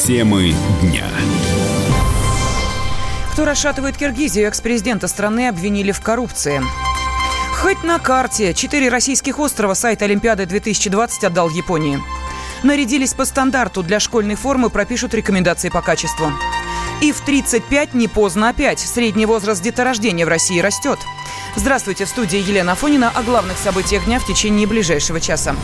Темы дня. Кто расшатывает Киргизию? Экс-президента страны обвинили в коррупции. Хоть на карте. 4 российских острова сайт Олимпиады 2020 отдал Японии. Нарядились по стандарту. Для школьной формы пропишут рекомендации по качеству. И в 35 не поздно опять. Средний возраст деторождения в России растет. Здравствуйте, в студии Елена Афонина. О главных событиях дня в течение ближайшего часа.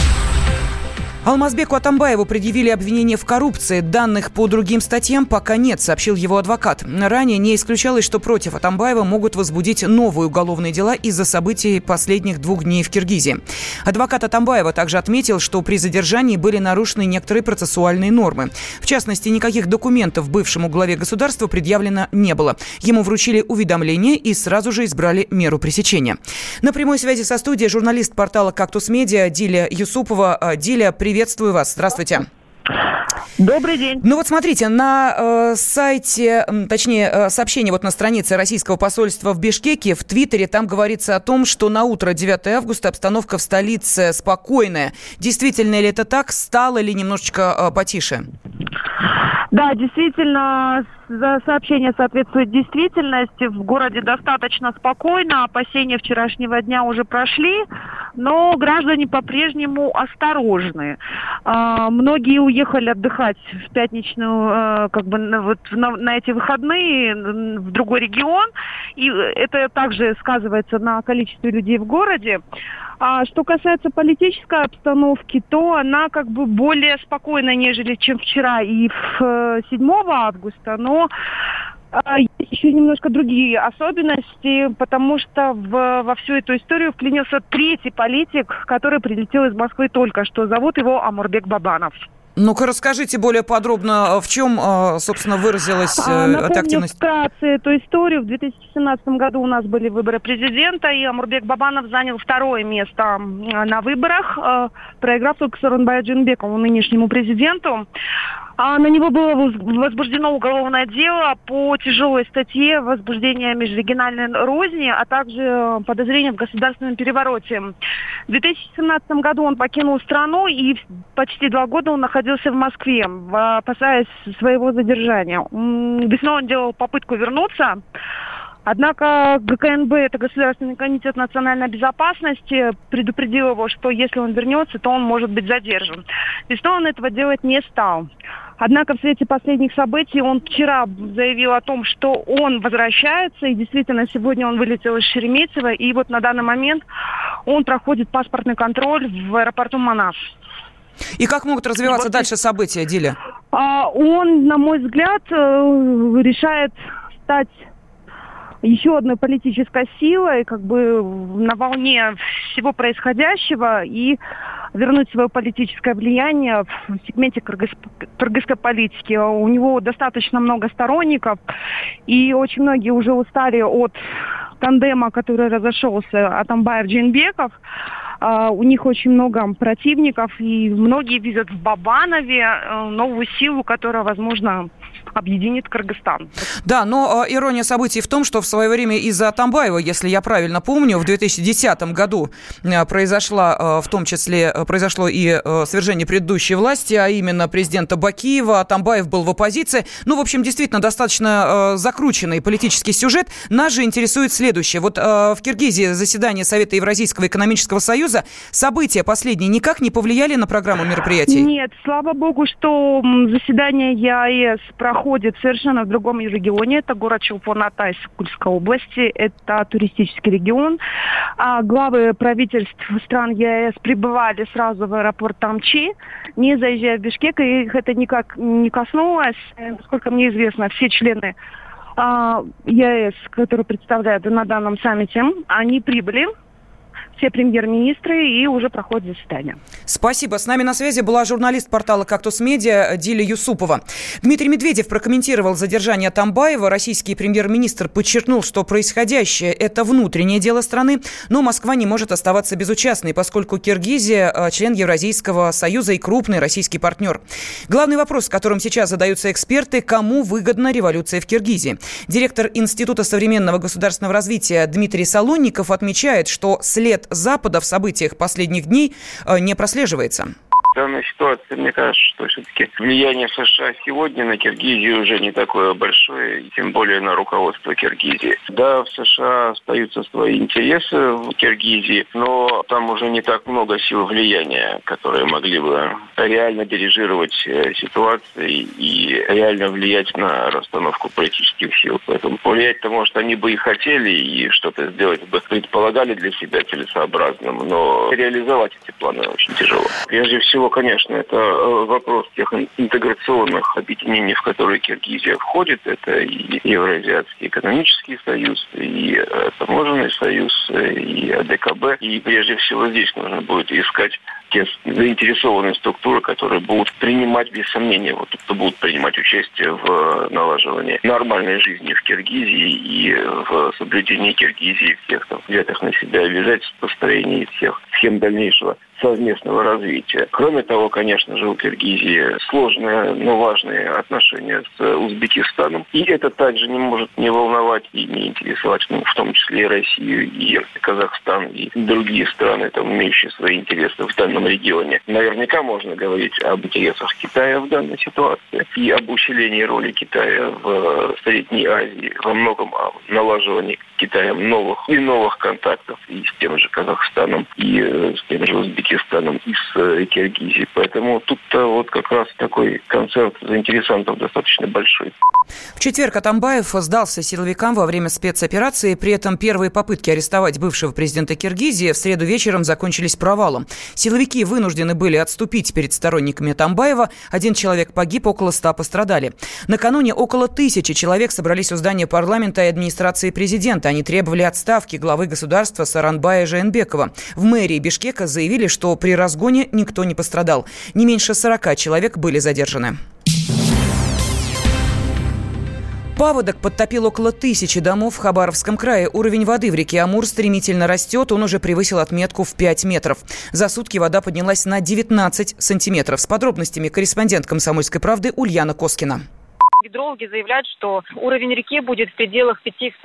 Алмазбеку Атамбаеву предъявили обвинение в коррупции. Данных по другим статьям пока нет, сообщил его адвокат. Ранее не исключалось, что против Атамбаева могут возбудить новые уголовные дела из-за событий последних 2 дней в Киргизии. Адвокат Атамбаева также отметил, что при задержании были нарушены некоторые процессуальные нормы. В частности, никаких документов бывшему главе государства предъявлено не было. Ему вручили уведомление и сразу же избрали меру пресечения. На прямой связи со студией журналист портала «Кактус Медиа» Диля Юсупова. Диля, приветствую вас. Здравствуйте. Добрый день. Ну вот смотрите, на сайте, точнее, сообщение вот на странице российского посольства в Бишкеке, в Твиттере, там говорится о том, что на утро 9 августа обстановка в столице спокойная. Действительно ли это так? Стало ли немножечко потише? Да, действительно, сообщение соответствует действительности. В городе достаточно спокойно, опасения вчерашнего дня уже прошли, но граждане по-прежнему осторожны. Многие уехали отдыхать в пятничную, на эти выходные в другой регион, и это также сказывается на количестве людей в городе. А что касается политической обстановки, то она более спокойная, нежели чем вчера и 7 августа, но есть еще немножко другие особенности, потому что во всю эту историю вклинился 3-й политик, который прилетел из Москвы только что. Зовут его Омурбек Бабанов. Ну-ка, расскажите более подробно, в чем, собственно, выразилась эта активность? Напомню вкратце эту историю. В 2017 году у нас были выборы президента, и Омурбек Бабанов занял 2-е место на выборах, проиграв только Сооронбаю Джеймбекову, нынешнему президенту. На него было возбуждено уголовное дело по тяжелой статье возбуждения межрегиональной розни, а также подозрения в государственном перевороте. В 2017 году он покинул страну, и почти 2 года он находился в Москве, опасаясь своего задержания. Весной он делал попытку вернуться. Однако ГКНБ, это Государственный комитет национальной безопасности, предупредил его, что если он вернется, то он может быть задержан. Весной он этого делать не стал. Однако в свете последних событий он вчера заявил о том, что он возвращается, и действительно сегодня он вылетел из Шереметьево, и вот на данный момент он проходит паспортный контроль в аэропорту Манас. И как могут развиваться дальше события, Диля? Он, на мой взгляд, решает стать еще одной политической силой, на волне всего происходящего, и вернуть свое политическое влияние в сегменте кыргызской политики. У него достаточно много сторонников, и очень многие уже устали от тандема, который разошелся, Атамбаев-Джеймбеков. У них очень много противников, и многие видят в Бабанове новую силу, которая, возможно, объединит Кыргызстан. Да, но ирония событий в том, что в свое время из-за Атамбаева, если я правильно помню, в 2010 году произошло и свержение предыдущей власти, а именно президента Бакиева. Атамбаев был в оппозиции. Ну, в общем, действительно, достаточно закрученный политический сюжет. Нас же интересует следующее. Вот в Киргизии заседание Совета Евразийского экономического союза, события последние никак не повлияли на программу мероприятий? Нет, слава богу, что заседание ЕАЭС проходит совершенно в другом регионе. Это город Чолпон-Атай Кульской области. Это туристический регион. Главы правительств стран ЕАЭС прибывали сразу в аэропорт Тамчи, не заезжая в Бишкек. И их это никак не коснулось. Насколько мне известно, все члены ЕАЭС, которые представляют на данном саммите, они прибыли. Все премьер-министры, и уже проходит заседание. Спасибо. С нами на связи была журналист портала «Кактус Медиа» Диля Юсупова. Дмитрий Медведев прокомментировал задержание Атамбаева. Российский премьер-министр подчеркнул, что происходящее – это внутреннее дело страны, но Москва не может оставаться безучастной, поскольку Киргизия – член Евразийского союза и крупный российский партнер. Главный вопрос, с которым сейчас задаются эксперты – кому выгодна революция в Киргизии? Директор Института современного государственного развития Дмитрий Солонников отмечает, что след Запада в событиях последних дней не прослеживается. данной ситуации, мне кажется, что все-таки влияние США сегодня на Киргизию уже не такое большое, и тем более на руководство Киргизии. Да, в США остаются свои интересы в Киргизии, но там уже не так много сил влияния, которые могли бы реально дирижировать ситуацией и реально влиять на расстановку политических сил. Поэтому повлиять-то, может, они бы и хотели, и что-то сделать бы предполагали для себя целесообразным, но реализовать эти планы очень тяжело. Прежде всего, конечно, это вопрос тех интеграционных объединений, в которые Киргизия входит. Это и Евразиатский экономический союз, и таможенный союз, и АДКБ. И прежде всего здесь нужно будет искать те заинтересованные структуры, которые будут принимать, без сомнения, кто будут принимать участие в налаживании нормальной жизни в Киргизии и в соблюдении Киргизии всех взятых на себя обязательств, построении всех схем дальнейшего совместного развития. Кроме того, конечно же, у Киргизии сложные, но важные отношения с Узбекистаном. И это также не может не волновать и не интересовать, в том числе и Россию, и Казахстан, и другие страны, имеющие свои интересы в данном регионе. Наверняка можно говорить об интересах Китая в данной ситуации и об усилении роли Китая в Средней Азии, во многом о налаживании Китаем новых контактов и с тем же Казахстаном, и с тем же Узбекистаном, и с Киргизией. Поэтому тут-то как раз такой концерт заинтересантов достаточно большой. В четверг Атамбаев сдался силовикам во время спецоперации. При этом первые попытки арестовать бывшего президента Киргизии в среду вечером закончились провалом. Силовики вынуждены были отступить перед сторонниками Атамбаева. 1 человек погиб, около 100 пострадали. Накануне около 1000 человек собрались у здания парламента и администрации президента. Они требовали отставки главы государства Сооронбая Жээнбекова. В мэрии Бишкека заявили, что при разгоне никто не пострадал. Не меньше 40 человек были задержаны. Паводок подтопил около 1000 домов в Хабаровском крае. Уровень воды в реке Амур стремительно растет. Он уже превысил отметку в 5 метров. За сутки вода поднялась на 19 сантиметров. С подробностями корреспондент «Комсомольской правды» Ульяна Коскина. Гидрологи заявляют, что уровень реки будет в пределах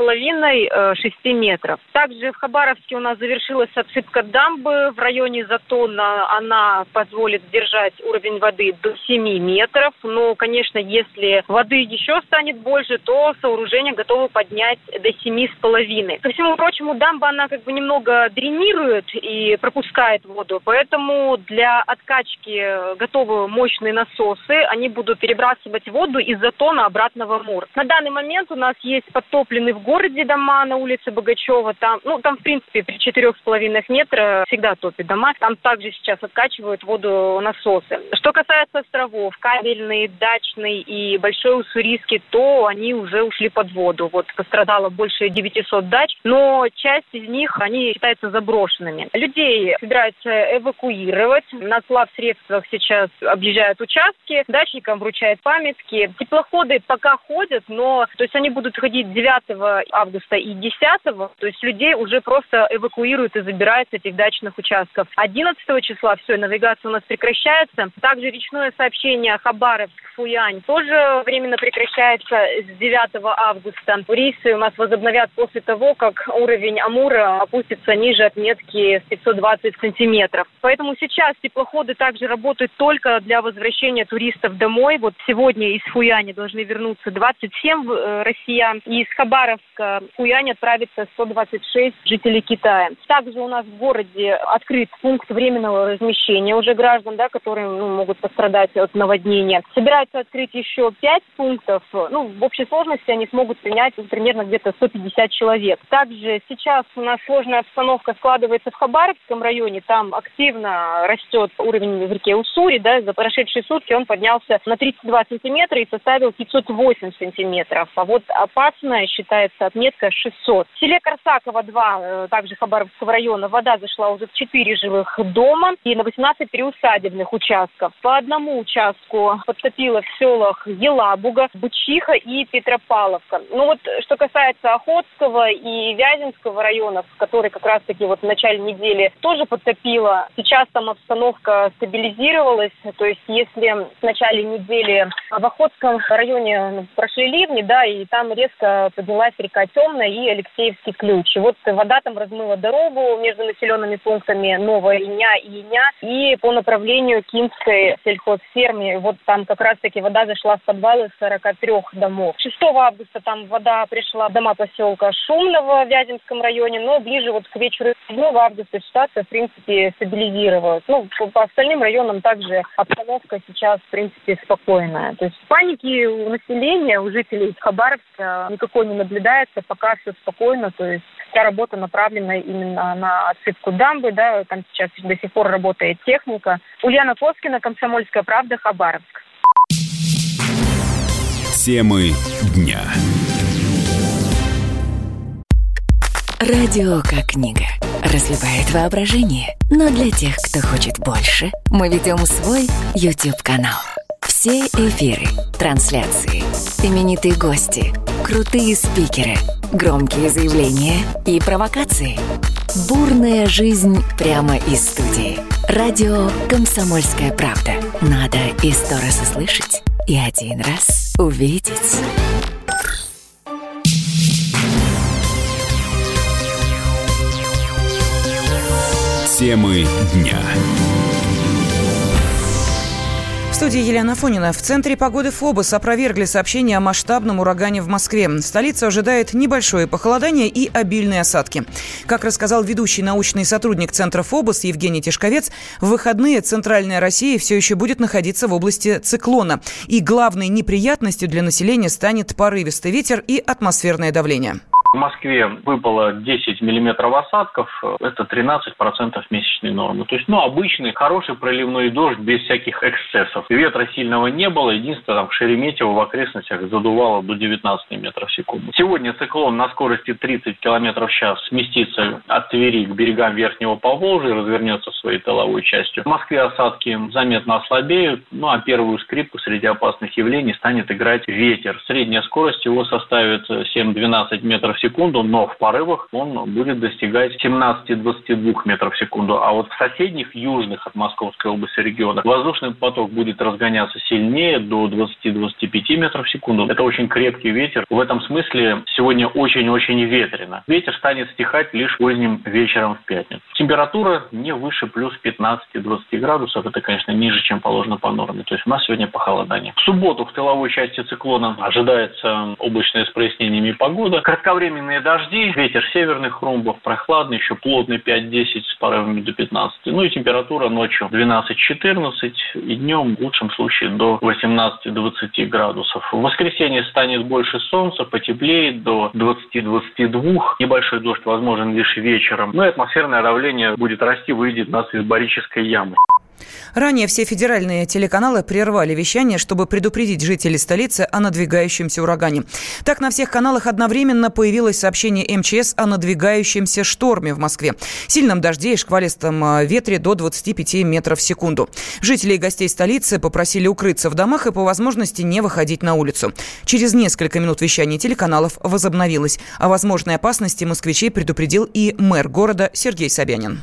5,5-6 метров. Также в Хабаровске у нас завершилась отсыпка дамбы в районе Затона. Она позволит сдержать уровень воды до 7 метров. Но, конечно, если воды еще станет больше, то сооружение готово поднять до 7,5. Ко всему прочему, дамба, она немного дренирует и пропускает воду. Поэтому для откачки готовы мощные насосы. Они будут перебрасывать воду из Затона обратно в Амур. На данный момент у нас есть подтопленные в городе дома на улице Богачева. Там, в принципе, при 4,5 метра всегда топят дома. Там также сейчас откачивают воду насосы. Что касается островов, Кабельный, Дачный и Большой Уссурийский, то они уже ушли под воду. Пострадало больше 900 дач, но часть из них, они считаются заброшенными. Людей собираются эвакуировать. На плавсредствах сейчас объезжают участки, дачникам вручают памятки. Теплоходы пока ходят, но они будут ходить 9 августа и 10, то есть людей уже просто эвакуируют и забирают с этих дачных участков. 11 числа все, навигация у нас прекращается. Также речное сообщение Хабаровск-Фуянь тоже временно прекращается с 9 августа. Рейсы у нас возобновят после того, как уровень Амура опустится ниже отметки 520 сантиметров. Поэтому сейчас теплоходы также работают только для возвращения туристов домой. Сегодня из Фуяни должны вернуться 27 россиян. И из Хабаровска в Фуянь отправится 126 жителей Китая. Также у нас в городе открыт пункт временного размещения уже граждан, которые могут пострадать от наводнения. Собираются открыть еще 5 пунктов. В общей сложности они смогут принять примерно где-то 150 человек. Также сейчас у нас сложная обстановка складывается в Хабаровском районе. Там активно растет уровень в реке Уссури. За прошедшие сутки он поднялся на 32 сантиметра и составил 508 сантиметров. А опасная считается отметка 600. В селе Корсаково 2, также Хабаровского района, вода зашла уже в 4 жилых дома и на 18 приусадебных участков. По одному участку подтопило в селах Елабуга, Бучиха и Петропавловка. Что касается Охотского и Вяземского районов, которые как раз-таки в начале недели тоже подтопило, сейчас там обстановка стабилизировалась. То есть если в начале недели в Охотском районе районе прошли ливни, да, и там резко поднялась река Темная и Алексеевский ключ. И вот вода там размыла дорогу между населенными пунктами Новая Иня и Иня и по направлению Кинской сельхозферме. Вот там как раз-таки вода зашла в подвалы 43 домов. 6 августа там вода пришла в дома поселка Шумного в Вяземском районе, но ближе вот к вечеру 7 августа ситуация, в принципе, стабилизировалась. Ну, по остальным районам также обстановка сейчас, в принципе, спокойная. То есть паники у населения, у жителей Хабаровска никакой не наблюдается, пока все спокойно, то есть вся работа направлена именно на отсыпку дамбы, да, там сейчас до сих пор работает техника. Ульяна Коскина, «Комсомольская правда», Хабаровск. Темы дня. Радио как книга. Разливает воображение. Но для тех, кто хочет больше, мы ведем свой YouTube-канал. Все эфиры, трансляции, именитые гости, крутые спикеры, громкие заявления и провокации. Бурная жизнь прямо из студии. Радио «Комсомольская правда». Надо и 100 раз услышать, и 1 раз увидеть. Темы дня. В студии Елена Афонина. В Центре погоды ФОБОС опровергли сообщение о масштабном урагане в Москве. Столица ожидает небольшое похолодание и обильные осадки. Как рассказал ведущий научный сотрудник Центра ФОБОС Евгений Тишковец, в выходные центральная Россия все еще будет находиться в области циклона. И главной неприятностью для населения станет порывистый ветер и атмосферное давление. В Москве выпало 10 миллиметров осадков, это 13% месячной нормы. То есть, обычный, хороший проливной дождь без всяких эксцессов. Ветра сильного не было, единственное, там в Шереметьево в окрестностях задувало до 19 метров в секунду. Сегодня циклон на скорости 30 км в час сместится от Твери к берегам Верхнего Поволжья, развернется своей тыловой частью. В Москве осадки заметно ослабеют, а первую скрипку среди опасных явлений станет играть ветер. Средняя скорость его составит 7-12 метров в секунду, но в порывах он будет достигать 17-22 метров в секунду. А вот в соседних южных от Московской области регионах воздушный поток будет разгоняться сильнее, до 20-25 метров в секунду. Это очень крепкий ветер. В этом смысле сегодня очень-очень ветрено. Ветер станет стихать лишь поздним вечером в пятницу. Температура не выше плюс 15-20 градусов. Это, конечно, ниже, чем положено по норме. То есть у нас сегодня похолодание. В субботу в тыловой части циклона ожидается облачная с прояснениями погода. Кратковременные дожди, ветер северных румбов, прохладный, еще плотный 5-10 с порывами до 15. И температура ночью 12-14 и днем в лучшем случае до 18-20 градусов. В воскресенье станет больше солнца, потеплеет до 20-22. Небольшой дождь возможен лишь вечером. И атмосферное давление будет расти, выйдет нас из барической ямы. Ранее все федеральные телеканалы прервали вещание, чтобы предупредить жителей столицы о надвигающемся урагане. Так, на всех каналах одновременно появилось сообщение МЧС о надвигающемся шторме в Москве. Сильном дожде и шквалистом ветре до 25 метров в секунду. Жители и гостей столицы попросили укрыться в домах и по возможности не выходить на улицу. Через несколько минут вещание телеканалов возобновилось. О возможной опасности москвичей предупредил и мэр города Сергей Собянин.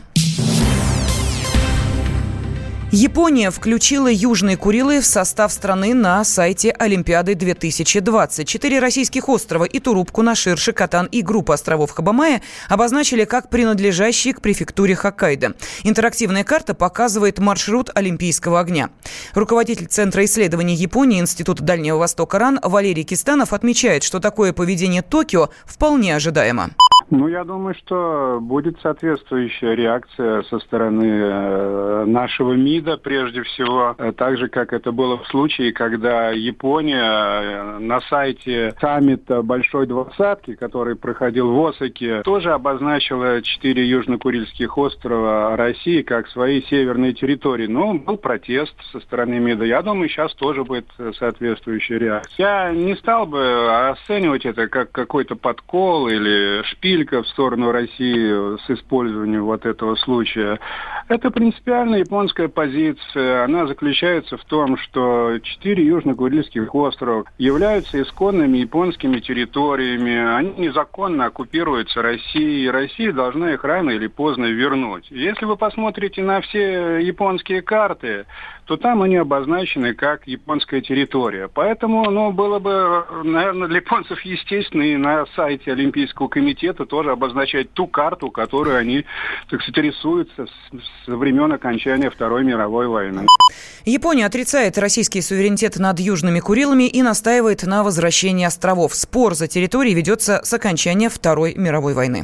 Япония включила Южные Курилы в состав страны на сайте Олимпиады 2020. 4 российских острова и Туруб-Кунашир, Шикотан и группа островов Хабамая обозначили как принадлежащие к префектуре Хоккайдо. Интерактивная карта показывает маршрут Олимпийского огня. Руководитель Центра исследований Японии Института Дальнего Востока РАН Валерий Кистанов отмечает, что такое поведение Токио вполне ожидаемо. Я думаю, что будет соответствующая реакция со стороны нашего МИДа, прежде всего, так же, как это было в случае, когда Япония на сайте саммита Большой Двадцатки, который проходил в Осаке, тоже обозначила 4 южно-курильских острова России как свои северные территории. Был протест со стороны МИДа. Я думаю, сейчас тоже будет соответствующая реакция. Я не стал бы оценивать это как какой-то подкол или шпиль критика в сторону России с использованием вот этого случая. Это принципиально японская позиция. Она заключается в том, что 4 южно-Курильских острова являются исконными японскими территориями. Они незаконно оккупируются Россией, и Россия должна их рано или поздно вернуть. Если вы посмотрите на все японские карты, то там они обозначены как японская территория. Поэтому, было бы, наверное, для японцев естественно и на сайте Олимпийского комитета тоже обозначать ту карту, которую они, так сказать, рисуются с времен окончания Второй мировой войны. Япония отрицает российский суверенитет над Южными Курилами и настаивает на возвращении островов. Спор за территории ведется с окончания Второй мировой войны.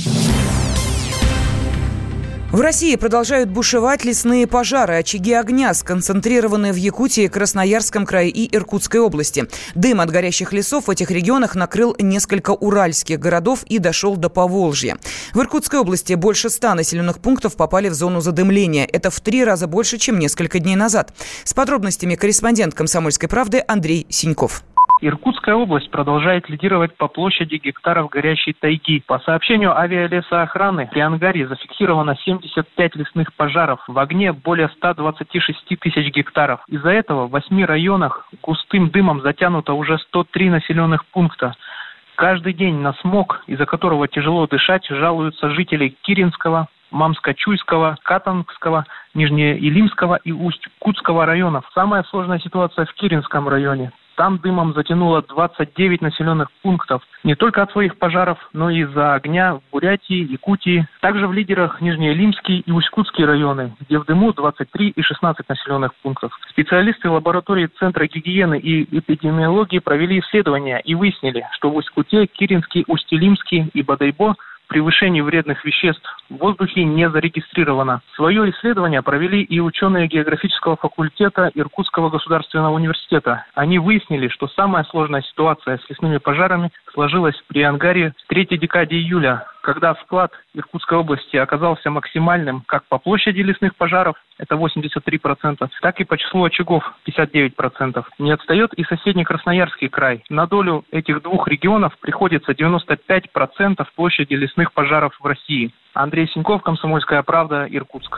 В России продолжают бушевать лесные пожары. Очаги огня сконцентрированы в Якутии, Красноярском крае и Иркутской области. Дым от горящих лесов в этих регионах накрыл несколько уральских городов и дошел до Поволжья. В Иркутской области больше 100 населенных пунктов попали в зону задымления. Это в 3 раза больше, чем несколько дней назад. С подробностями корреспондент «Комсомольской правды» Андрей Синьков. Иркутская область продолжает лидировать по площади гектаров горящей тайги. По сообщению авиалесоохраны, при Ангаре зафиксировано 75 лесных пожаров. В огне более 126 тысяч гектаров. Из-за этого в 8 районах густым дымом затянуто уже 103 населенных пункта. Каждый день на смог, из-за которого тяжело дышать, жалуются жители Киринского, Мамско-Чуйского, Катангского, Нижнеилимского и Усть-Кутского районов. Самая сложная ситуация в Киринском районе. Там дымом затянуло 29 населенных пунктов. Не только от своих пожаров, но и из-за огня в Бурятии, Якутии. Также в лидерах Нижнеилимский и Усть-Кутский районы, где в дыму 23 и 16 населенных пунктов. Специалисты лаборатории Центра гигиены и эпидемиологии провели исследования и выяснили, что в Усть-Куте, Киринске, Усть-Илимске и Бодайбо превышение вредных веществ в воздухе не зарегистрировано. Свое исследование провели и ученые географического факультета Иркутского государственного университета. Они выяснили, что самая сложная ситуация с лесными пожарами сложилась при Ангаре в 3-й декаде июля, когда вклад Иркутской области оказался максимальным как по площади лесных пожаров, это 83%, так и по числу очагов, 59%. Не отстает и соседний Красноярский край. На долю этих двух регионов приходится 95% площади лесных пожаров в России. Андрей Синьков, «Комсомольская правда», Иркутск.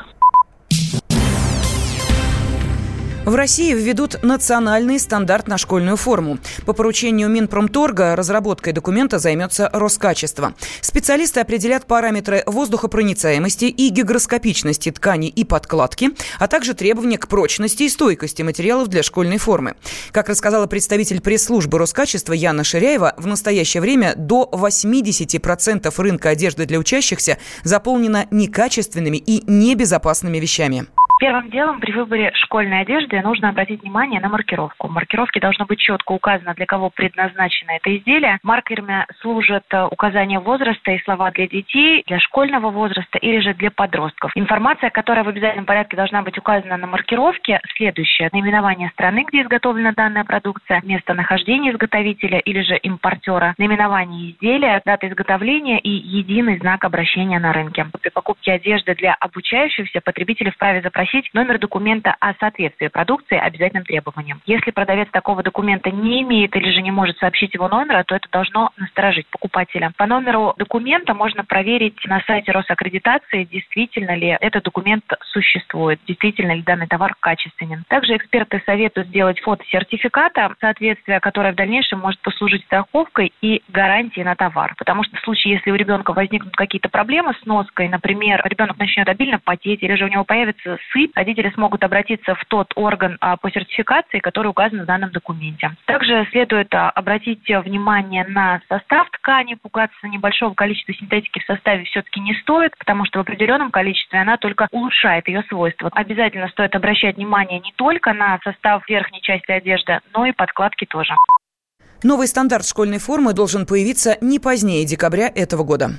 В России введут национальный стандарт на школьную форму. По поручению Минпромторга разработкой документа займется Роскачество. Специалисты определят параметры воздухопроницаемости и гигроскопичности ткани и подкладки, а также требования к прочности и стойкости материалов для школьной формы. Как рассказала представитель пресс-службы Роскачества Яна Ширяева, в настоящее время до 80% рынка одежды для учащихся заполнено некачественными и небезопасными вещами. Первым делом при выборе школьной одежды нужно обратить внимание на маркировку. В маркировке должно быть четко указано, для кого предназначено это изделие. Маркерами служат указание возраста и слова для детей, для школьного возраста или же для подростков. Информация, которая в обязательном порядке должна быть указана на маркировке, следующая: наименование страны, где изготовлена данная продукция, местонахождение изготовителя или же импортера, наименование изделия, дата изготовления и единый знак обращения на рынке. При покупке одежды для обучающихся потребители вправе запросить номер документа о соответствии продукции обязательным требованиям. Если продавец такого документа не имеет или же не может сообщить его номера, то это должно насторожить покупателя. По номеру документа можно проверить на сайте Росаккредитации, действительно ли этот документ существует, действительно ли данный товар качественен. Также эксперты советуют сделать фото сертификата соответствия, которое в дальнейшем может послужить страховкой и гарантией на товар. Потому что в случае, если у ребенка возникнут какие-то проблемы с ноской, например, ребенок начнет обильно потеть или же у него появится сыпь, родители смогут обратиться в тот орган по сертификации, который указан в данном документе. Также следует обратить внимание на состав ткани. Пугаться небольшого количества синтетики в составе все-таки не стоит, потому что в определенном количестве она только улучшает ее свойства. Обязательно стоит обращать внимание не только на состав верхней части одежды, но и подкладки тоже. Новый стандарт школьной формы должен появиться не позднее декабря этого года.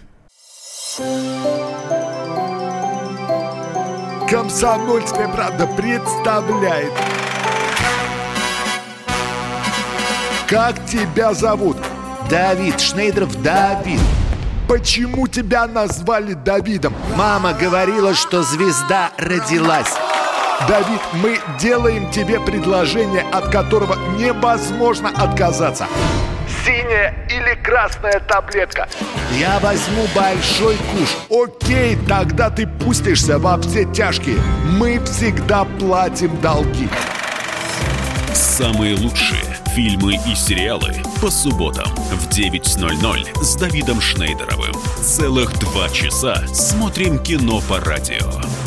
«Комсомольская правда» представляет. Как тебя зовут? Давид. Шнейдров Давид. Почему тебя назвали Давидом? Мама говорила, что звезда родилась. Давид, мы делаем тебе предложение, от которого невозможно отказаться. синяя или красная таблетка? Я возьму большой куш. Окей, тогда ты пустишься во все тяжкие. Мы всегда платим долги. Самые лучшие фильмы и сериалы по субботам в 9:00 с Давидом Шнейдеровым. Целых 2 часа смотрим кино по радио.